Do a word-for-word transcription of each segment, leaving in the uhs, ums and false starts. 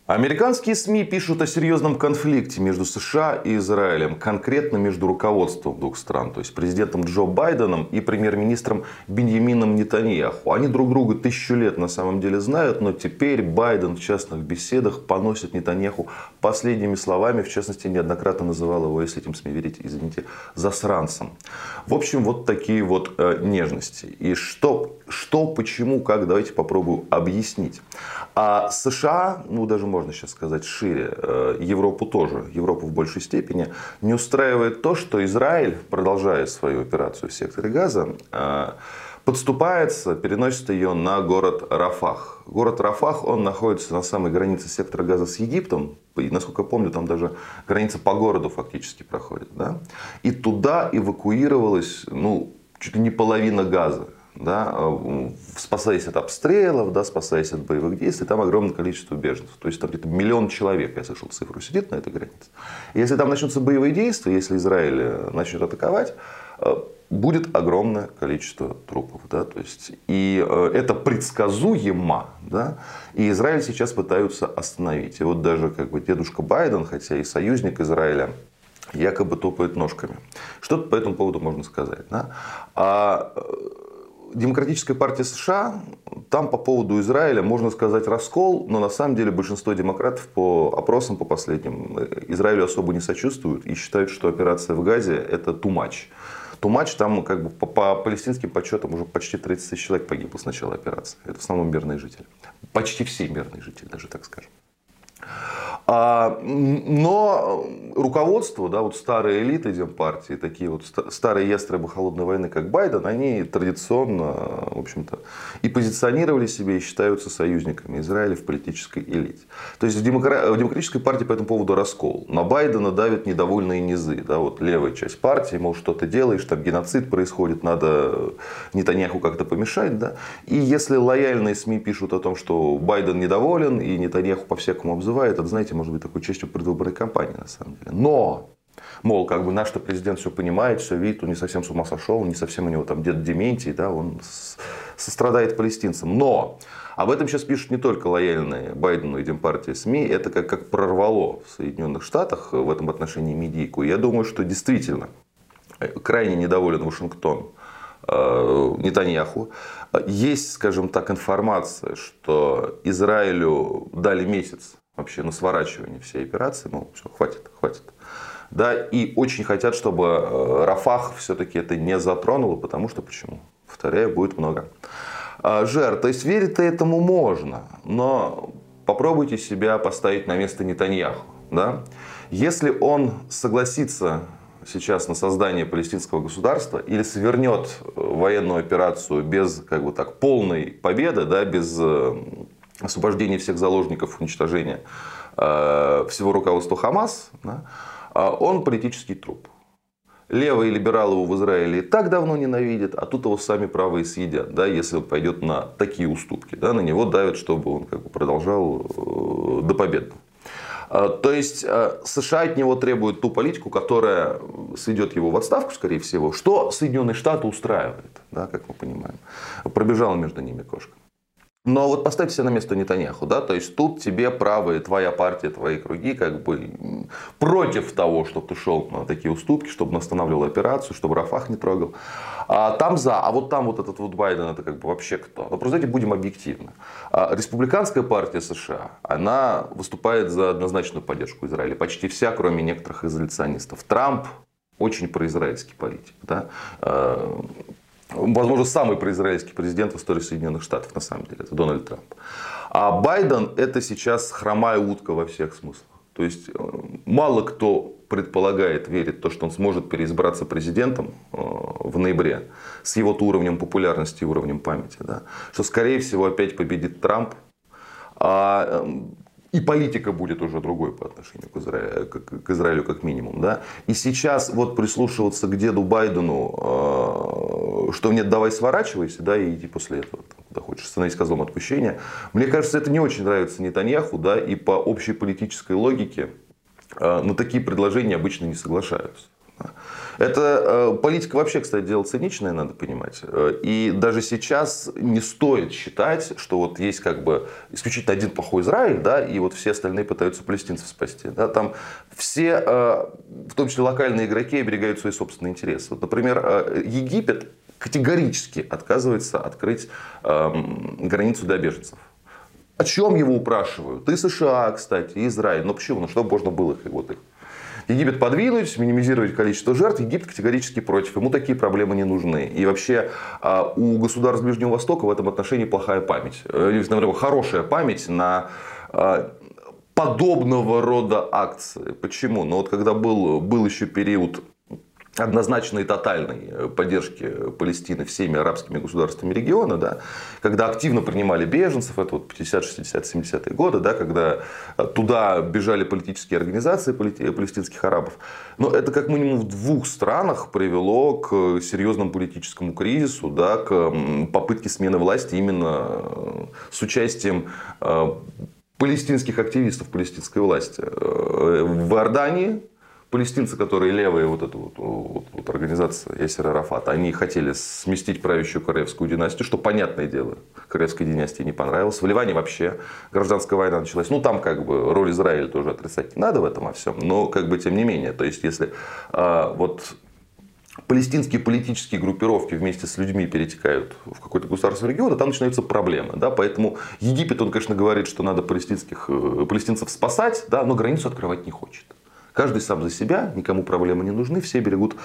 Американские СМИ пишут о серьезном конфликте между США и Израилем, конкретно между руководством двух стран, то есть президентом Джо Байденом и премьер-министром Биньямином Нетаньяху. Они друг друга тысячу лет на самом деле знают, но теперь Байден в частных беседах поносит Нетаньяху последними словами, в частности, неоднократно называл его, если этим СМИ верить, извините, засранцем. В общем, вот такие вот э, нежности. И что, что, почему, как, давайте попробую объяснить. А США, ну даже можно сейчас сказать шире, Европу тоже, Европу в большей степени, не устраивает то, что Израиль, продолжая свою операцию в секторе Газа, подступается, переносит ее на город Рафах. Город Рафах, он находится на самой границе сектора Газа с Египтом. И, насколько я помню, там даже граница по городу фактически проходит. Да? И туда эвакуировалась, ну, чуть ли не половина Газа. Да, спасаясь от обстрелов, да, спасаясь от боевых действий, там огромное количество беженцев. То есть там где-то миллион человек, я слышал цифру, сидит на этой границе. И если там начнутся боевые действия, если Израиль начнет атаковать, будет огромное количество трупов. Да, то есть, и это предсказуемо. Да, и Израиль сейчас пытаются остановить. И вот даже как бы дедушка Байден, хотя и союзник Израиля, якобы топает ножками. Что-то по этому поводу можно сказать. Да? А Демократическая партия США, там по поводу Израиля можно сказать раскол, но на самом деле большинство демократов по опросам, по последним, Израилю особо не сочувствуют и считают, что операция в Газе это too much. Too much, там как бы по, по палестинским подсчетам уже почти тридцать тысяч человек погибло с начала операции. Это в основном мирные жители. Почти все мирные жители, даже так скажем. Но руководство, да, вот старые элиты Демпартии, такие вот старые ястребы холодной войны, как Байден, они традиционно, в общем-то, и позиционировали себя, и считаются союзниками Израиля в политической элите. То есть в, демокра... в демократической партии по этому поводу раскол. На Байдена давят недовольные низы. Да, вот левая часть партии, мол, что ты делаешь, там геноцид происходит, надо Нетаньяху как-то помешать. Да? И если лояльные СМИ пишут о том, что Байден недоволен и Нетаньяху по-всякому обзывает, это, знаете, может быть такой частью предвыборной кампании на самом деле. Но, мол, как бы наш-то президент все понимает, все видит, он не совсем с ума сошел, не совсем у него там дед Дементий, да, он сострадает палестинцам. Но об этом сейчас пишут не только лояльные Байдену и Демпартии СМИ, это как, как прорвало в Соединенных Штатах в этом отношении медийку. Я думаю, что действительно крайне недоволен Вашингтон Нетаньяху. Есть, скажем так, информация, что Израилю дали месяц вообще на сворачивание всей операции, мол, все, хватит, хватит. Да, и очень хотят, чтобы Рафах все-таки это не затронуло, потому что, почему? Повторяю, будет много жертв. То есть верить-то этому можно, но попробуйте себя поставить на место Нетаньяху. Да? Если он согласится сейчас на создание палестинского государства или свернет военную операцию без как бы так, полной победы, да, без освобождения всех заложников, уничтожения э, всего руководства Хамас, да, он политический труп. Левые либералы его в Израиле и так давно ненавидят, а тут его сами правые съедят, да, если он пойдет на такие уступки. Да, на него давят, чтобы он как бы, продолжал э, до победы. То есть США от него требуют ту политику, которая сведет его в отставку, скорее всего, что Соединенные Штаты устраивает, да, как мы понимаем. Пробежала между ними кошка. Но вот поставьте себя на место Нетаньяху, да, то есть тут тебе правые, твоя партия, твои круги как бы против того, чтобы ты шел на такие уступки, чтобы останавливал операцию, чтобы Рафах не трогал. А там за, а вот там вот этот вот Байден, это как бы вообще кто? Но просто давайте будем объективны. Республиканская партия США, она выступает за однозначную поддержку Израиля. Почти вся, кроме некоторых изоляционистов. Трамп очень произраильский политик, да. Возможно, самый произраильский президент в истории Соединенных Штатов, на самом деле, это Дональд Трамп. А Байден это сейчас хромая утка во всех смыслах. То есть мало кто предполагает, верит в то, что он сможет переизбраться президентом в ноябре с его-то уровнем популярности и уровнем памяти. Да? Что скорее всего опять победит Трамп. А и политика будет уже другой по отношению к Израилю, к Израилю как минимум. Да? И сейчас вот прислушиваться к деду Байдену, что нет, давай сворачивайся, да, и иди после этого, куда хочешь, становись козлом отпущения. Мне кажется, это не очень нравится Нетаньяху, да, и по общей политической логике на такие предложения обычно не соглашаются. Это политика вообще, кстати, дело циничное, надо понимать. И даже сейчас не стоит считать, что вот есть как бы исключительно один плохой Израиль, да, и вот все остальные пытаются палестинцев спасти. Да, там все, в том числе локальные игроки, оберегают свои собственные интересы. Вот, например, Египет категорически отказывается открыть границу для беженцев. О чем его упрашивают? И США, кстати, и Израиль. Но почему? Ну, чтобы можно было их и вот их. Египет подвинуть, минимизировать количество жертв. Египет категорически против. Ему такие проблемы не нужны. И вообще у государств Ближнего Востока в этом отношении плохая память. Или, наверное, хорошая память на подобного рода акции. Почему? Ну вот когда был, был еще период однозначной и тотальной поддержки Палестины всеми арабскими государствами региона, да, когда активно принимали беженцев, это вот пятидесятые, шестидесятые, семидесятые годы, да, когда туда бежали политические организации палестинских арабов. Но это как минимум в двух странах привело к серьезному политическому кризису, да, к попытке смены власти именно с участием палестинских активистов палестинской власти. В Иордании палестинцы, которые левые, вот эта вот, вот, вот организация Ясер Арафат, они хотели сместить правящую королевскую династию, что, понятное дело, королевской династии не понравилось. В Ливане вообще гражданская война началась. Ну, там как бы роль Израиля тоже отрицать не надо в этом во всем. Но, как бы, тем не менее, то есть, если а, вот палестинские политические группировки вместе с людьми перетекают в какой-то государственный регион, там начинаются проблемы. Да? Поэтому Египет, он, конечно, говорит, что надо палестинских, палестинцев спасать, да, но границу открывать не хочет. Каждый сам за себя, никому проблемы не нужны, все берегут,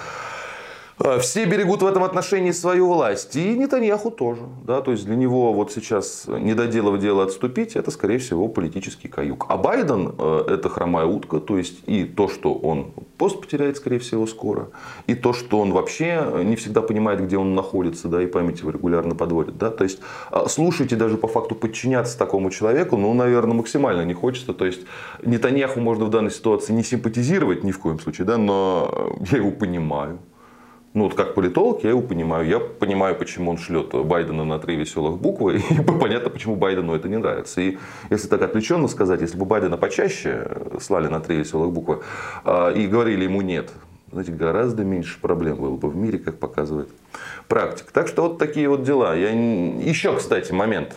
все берегут в этом отношении свою власть. И Нетаньяху тоже. Да? То есть для него вот сейчас не доделав дело отступить, это, скорее всего, политический каюк. А Байден это хромая утка. То есть и то, что он пост потеряет, скорее всего, скоро. И то, что он вообще не всегда понимает, где он находится. Да, и память его регулярно подводит. Да? То есть слушать и даже по факту подчиняться такому человеку, ну, наверное, максимально не хочется. То есть Нетаньяху можно в данной ситуации не симпатизировать ни в коем случае. Да? Но я его понимаю. Ну, вот как политолог я его понимаю. Я понимаю, почему он шлет Байдена на три веселых буквы. И понятно, почему Байдену это не нравится. И если так отвлеченно сказать, если бы Байдена почаще слали на три веселых буквы и говорили ему нет, знаете, гораздо меньше проблем было бы в мире, как показывает практика. Так что вот такие вот дела. Я... Еще, кстати, момент.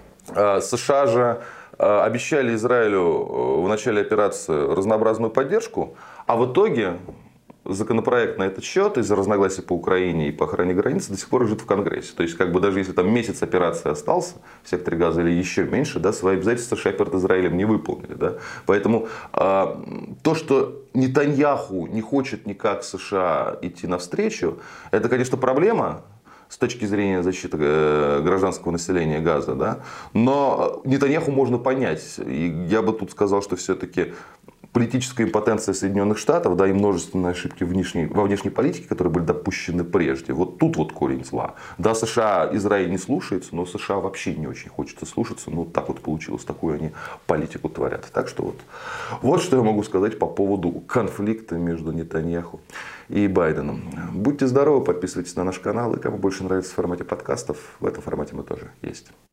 США же обещали Израилю в начале операции разнообразную поддержку, а в итоге законопроект на этот счет из-за разногласий по Украине и по охране границы до сих пор лежит в Конгрессе. То есть, как бы даже если там месяц операции остался в секторе Газа или еще меньше, да, свои обязательства США перед Израилем не выполнили. Да? Поэтому э, то, что Нетаньяху не хочет никак США идти навстречу, это, конечно, проблема с точки зрения защиты гражданского населения Газа. Да? Но Нетаньяху можно понять. И я бы тут сказал, что все-таки политическая импотенция Соединенных Штатов, да, и множественные ошибки внешней, во внешней политике, которые были допущены прежде. Вот тут вот корень зла. Да, США, Израиль не слушается, но США вообще не очень хочется слушаться. Ну, так вот получилось, такую они политику творят. Так что вот, вот что я могу сказать по поводу конфликта между Нетаньяху и Байденом. Будьте здоровы, подписывайтесь на наш канал. И кому больше нравится в формате подкастов, в этом формате мы тоже есть.